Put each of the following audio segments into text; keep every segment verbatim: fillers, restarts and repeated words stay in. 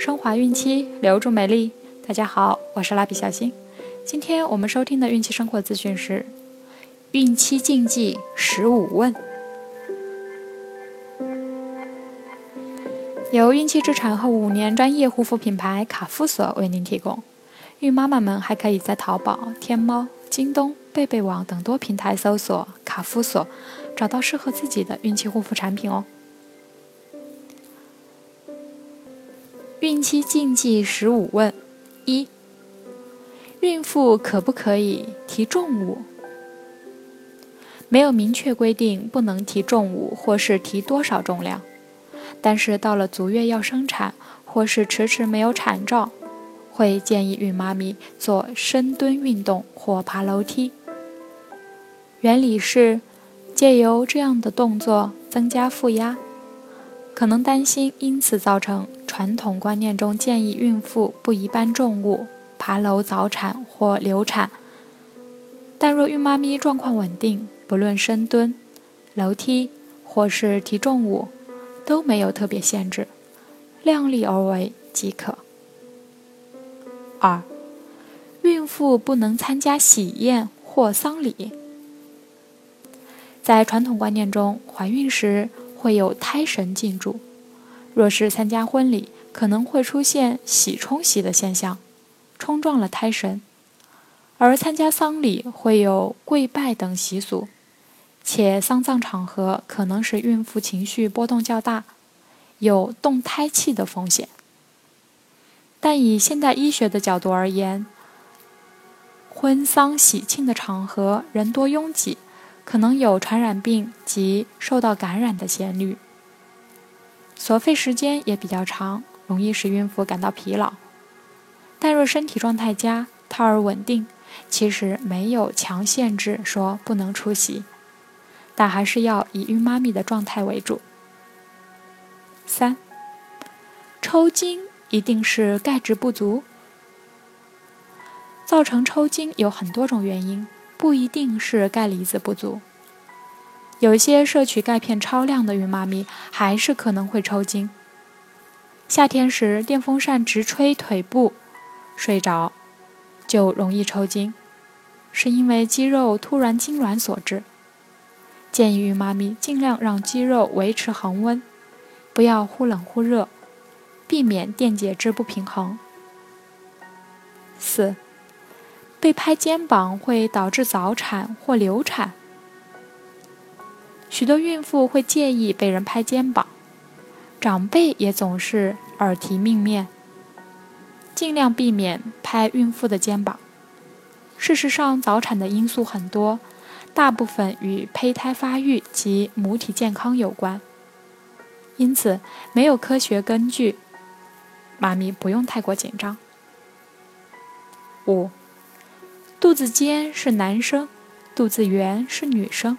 撑怀孕期，留住美丽。大家好，我是蜡笔小新。今天我们收听的孕期生活资讯是孕期禁忌十五问，由孕期至产后五年专业护肤品牌卡夫索为您提供。孕妈妈们还可以在淘宝、天猫、京东、贝贝网等多平台搜索卡夫索，找到适合自己的孕期护肤产品哦。孕期禁忌十五问：一、孕妇可不可以提重物？没有明确规定不能提重物或是提多少重量，但是到了足月要生产或是迟迟没有产兆，会建议孕妈咪做深蹲运动或爬楼梯。原理是借由这样的动作增加负压，可能担心因此造成传统观念中建议孕妇不宜搬重物、爬楼早产或流产。但若孕妈咪状况稳定，不论深蹲、楼梯或是提重物，都没有特别限制，量力而为即可。二、孕妇不能参加喜宴或丧礼。在传统观念中，怀孕时会有胎神进驻，若是参加婚礼，可能会出现喜冲喜的现象，冲撞了胎神；而参加丧礼会有跪拜等习俗，且丧葬场合可能使孕妇情绪波动较大，有动胎气的风险。但以现代医学的角度而言，婚丧喜庆的场合人多拥挤，可能有传染病及受到感染的险虑，所费时间也比较长，容易使孕妇感到疲劳。但若身体状态佳，胎儿稳定，其实没有强限制说不能出席，但还是要以孕妈咪的状态为主。三、抽筋一定是钙质不足？造成抽筋有很多种原因，不一定是钙离子不足。有些摄取钙片超量的孕妈咪还是可能会抽筋。夏天时电风扇直吹腿部，睡着就容易抽筋，是因为肌肉突然痉挛所致。建议孕妈咪尽量让肌肉维持恒温，不要忽冷忽热，避免电解质不平衡。四、被拍肩膀会导致早产或流产。许多孕妇会介意被人拍肩膀，长辈也总是耳提面命，尽量避免拍孕妇的肩膀。事实上，早产的因素很多，大部分与胚胎发育及母体健康有关，因此没有科学根据，妈咪不用太过紧张。五、肚子尖是男生，肚子圆是女生。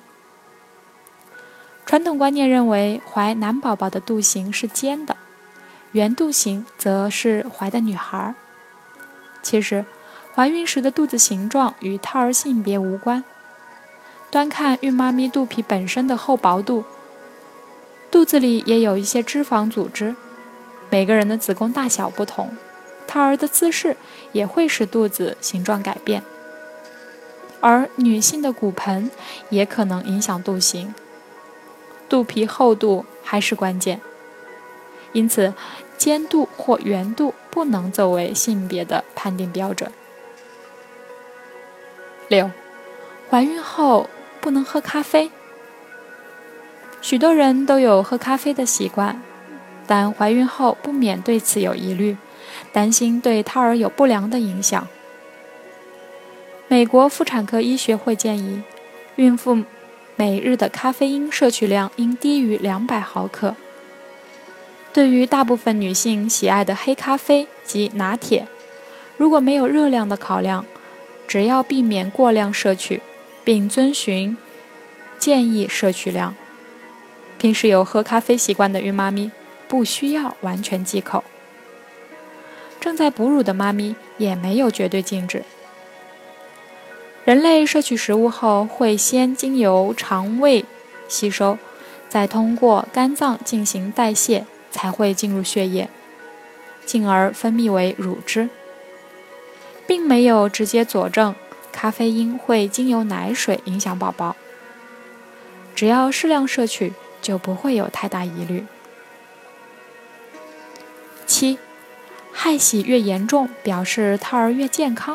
传统观念认为怀男宝宝的肚型是尖的，圆肚型则是怀的女孩。其实怀孕时的肚子形状与胎儿性别无关，端看孕妈咪肚皮本身的厚薄度。肚子里也有一些脂肪组织，每个人的子宫大小不同，胎儿的姿势也会使肚子形状改变，而女性的骨盆也可能影响肚型，肚皮厚度还是关键。因此尖肚或圆肚不能作为性别的判定标准。六、怀孕后不能喝咖啡。许多人都有喝咖啡的习惯，但怀孕后不免对此有疑虑，担心对胎儿有不良的影响。美国妇产科医学会建议，孕妇每日的咖啡因摄取量应低于两百毫克。对于大部分女性喜爱的黑咖啡及拿铁，如果没有热量的考量，只要避免过量摄取，并遵循建议摄取量，平时有喝咖啡习惯的孕妈咪不需要完全忌口。正在哺乳的妈咪也没有绝对禁止。人类摄取食物后会先经由肠胃吸收，再通过肝脏进行代谢，才会进入血液。 进而分泌为乳汁，并没有直接佐证咖啡因会经由奶水影响宝宝。只要适量摄取，就不会有太大疑虑。七，害喜越严重，表示胎儿越健康。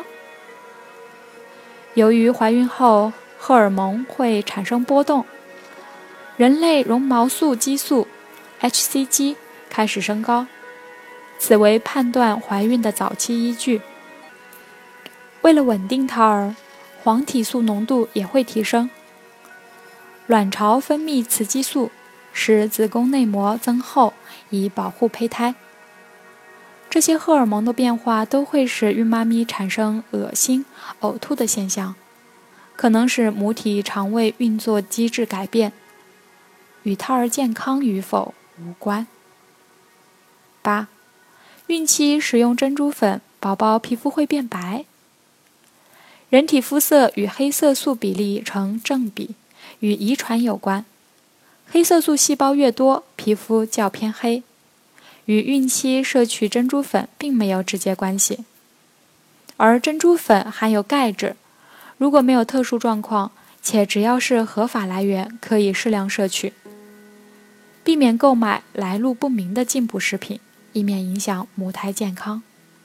由于怀孕后荷尔蒙会产生波动，人类绒毛素激素 H C G 开始升高，此为判断怀孕的早期依据。为了稳定胎儿，黄体素浓度也会提升。卵巢分泌雌激素，使子宫内膜增厚，以保护胚胎。这些荷尔蒙的变化都会使孕妈咪产生恶心、呕吐的现象，可能使母体肠胃运作机制改变，与胎儿健康与否无关。八，孕期使用珍珠粉，宝宝皮肤会变白。人体肤色与黑色素比例成正比，与遗传有关。黑色素细胞越多，皮肤较偏黑，与孕期摄取珍珠粉并没有直接关系。而珍珠粉含有钙质，如果没有特殊状况，且只要是合法来源，可以适量摄取，避免购买来路不明的进补食品，以免影响母胎健康。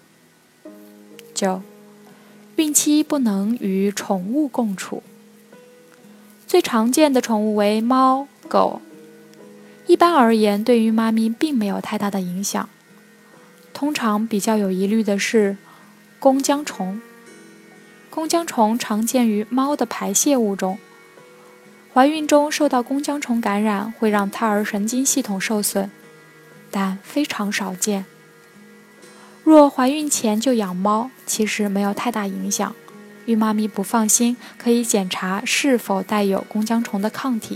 九，孕期不能与宠物共处。最常见的宠物为猫、狗，一般而言对于妈咪并没有太大的影响。通常比较有疑虑的是弓浆虫。弓浆虫常见于猫的排泄物中，怀孕中受到弓浆虫感染会让胎儿神经系统受损，但非常少见。若怀孕前就养猫，其实没有太大影响。孕妈咪不放心，可以检查是否带有弓浆虫的抗体。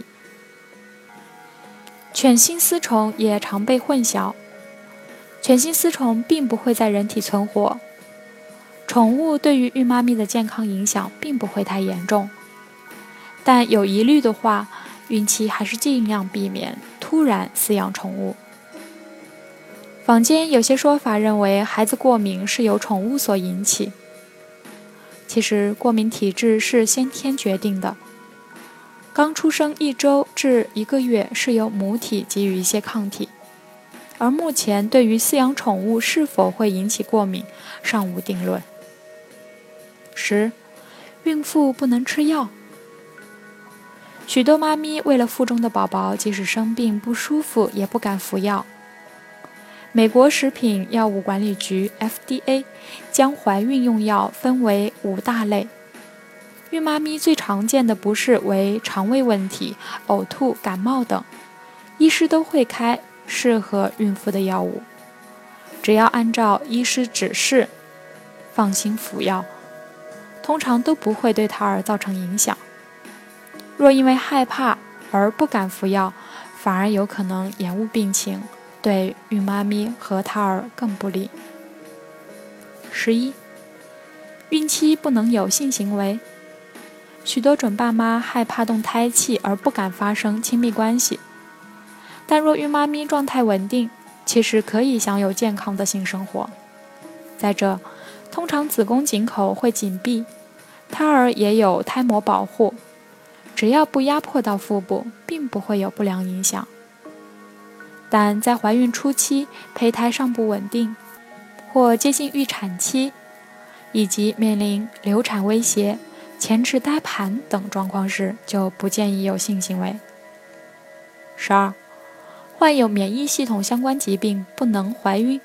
犬心丝虫也常被混淆，犬心丝虫并不会在人体存活，宠物对于孕妈咪的健康影响并不会太严重。但有疑虑的话，孕期还是尽量避免突然饲养宠物。坊间有些说法认为孩子过敏是由宠物所引起，其实过敏体质是先天决定的，刚出生一周至一个月是由母体给予一些抗体，而目前对于饲养宠物是否会引起过敏尚无定论。十，孕妇不能吃药。许多妈咪为了腹中的宝宝，即使生病不舒服也不敢服药。美国食品药物管理局 F D A 将怀孕用药分为五大类，孕妈咪最常见的不适为肠胃问题、呕吐、感冒等，医师都会开适合孕妇的药物，只要按照医师指示放心服药，通常都不会对胎儿造成影响。若因为害怕而不敢服药，反而有可能延误病情，对孕妈咪和胎儿更不利。十一，孕期不能有性行为。许多准爸妈害怕动胎气而不敢发生亲密关系，但若孕妈咪状态稳定，其实可以享有健康的性生活。再者，通常子宫颈口会紧闭，胎儿也有胎膜保护，只要不压迫到腹部，并不会有不良影响。但在怀孕初期，胚胎尚不稳定，或接近预产期，以及面临流产威胁、前置胎盘等状况时，就不建议有性行为。十二，患有免疫系统相关疾病不能怀孕。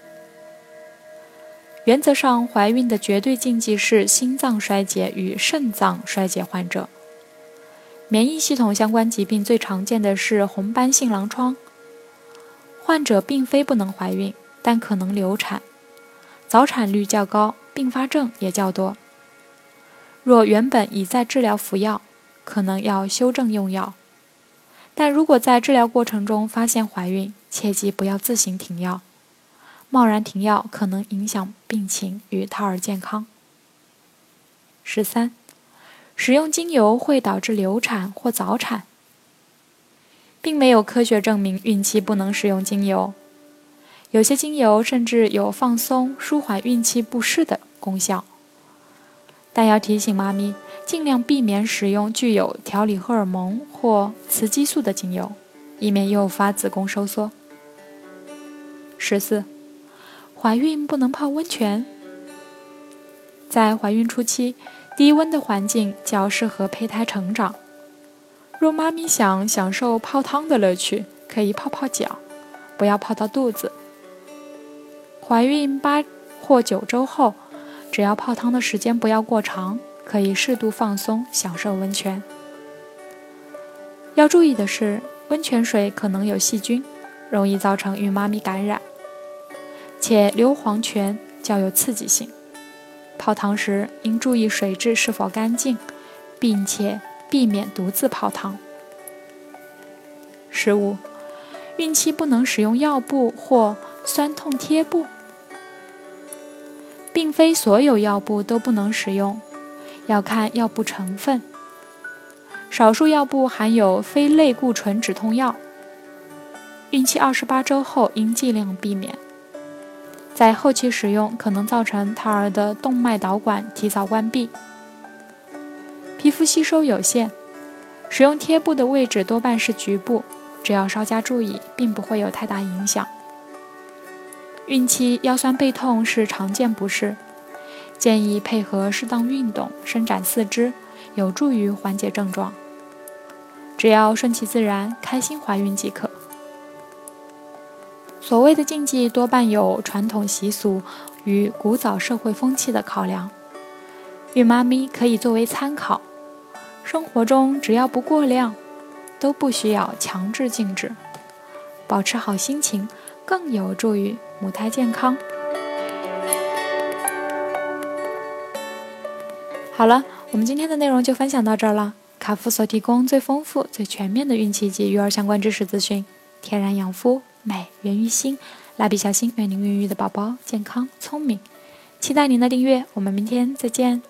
原则上，怀孕的绝对禁忌是心脏衰竭与肾脏衰竭患者。免疫系统相关疾病最常见的是红斑性狼疮，患者并非不能怀孕，但可能流产，早产率较高，并发症也较多。若原本已在治疗服药，可能要修正用药，但如果在治疗过程中发现怀孕，切记不要自行停药，贸然停药可能影响病情与胎儿健康。十三，使用精油会导致流产或早产。并没有科学证明孕期不能使用精油。 有些精油甚至有放松、舒缓孕期不适的功效。但要提醒妈咪，尽量避免使用具有调理荷尔蒙或雌激素的精油，以免诱发子宫收缩。十四，怀孕不能泡温泉。在怀孕初期，低温的环境较适合胚胎成长。若妈咪想享受泡汤的乐趣，可以泡泡脚，不要泡到肚子。怀孕八或九周后，只要泡汤的时间不要过长，可以适度放松，享受温泉。要注意的是，温泉水可能有细菌，容易造成孕妈咪感染，且硫磺泉较有刺激性。泡汤时应注意水质是否干净，并且避免独自泡汤。十五，孕期不能使用药布或酸痛贴布。并非所有药布都不能使用，要看药布成分。少数药布含有非类固醇止痛药，孕期二十八周后应尽量避免。在后期使用可能造成胎儿的动脉导管提早关闭。皮肤吸收有限，使用贴布的位置多半是局部，只要稍加注意，并不会有太大影响。孕期腰酸背痛是常见不适，建议配合适当运动，伸展四肢，有助于缓解症状。只要顺其自然，开心怀孕即可。所谓的禁忌多半有传统习俗与古早社会风气的考量，孕妈咪可以作为参考。生活中只要不过量，都不需要强制禁止。保持好心情，更有助于母胎健康。好了，我们今天的内容就分享到这儿了。卡夫所提供最丰富、最全面的孕期及育儿相关知识资讯，天然养肤，美源于心。蜡笔小新愿您孕育的宝宝健康聪明。期待您的订阅，我们明天再见。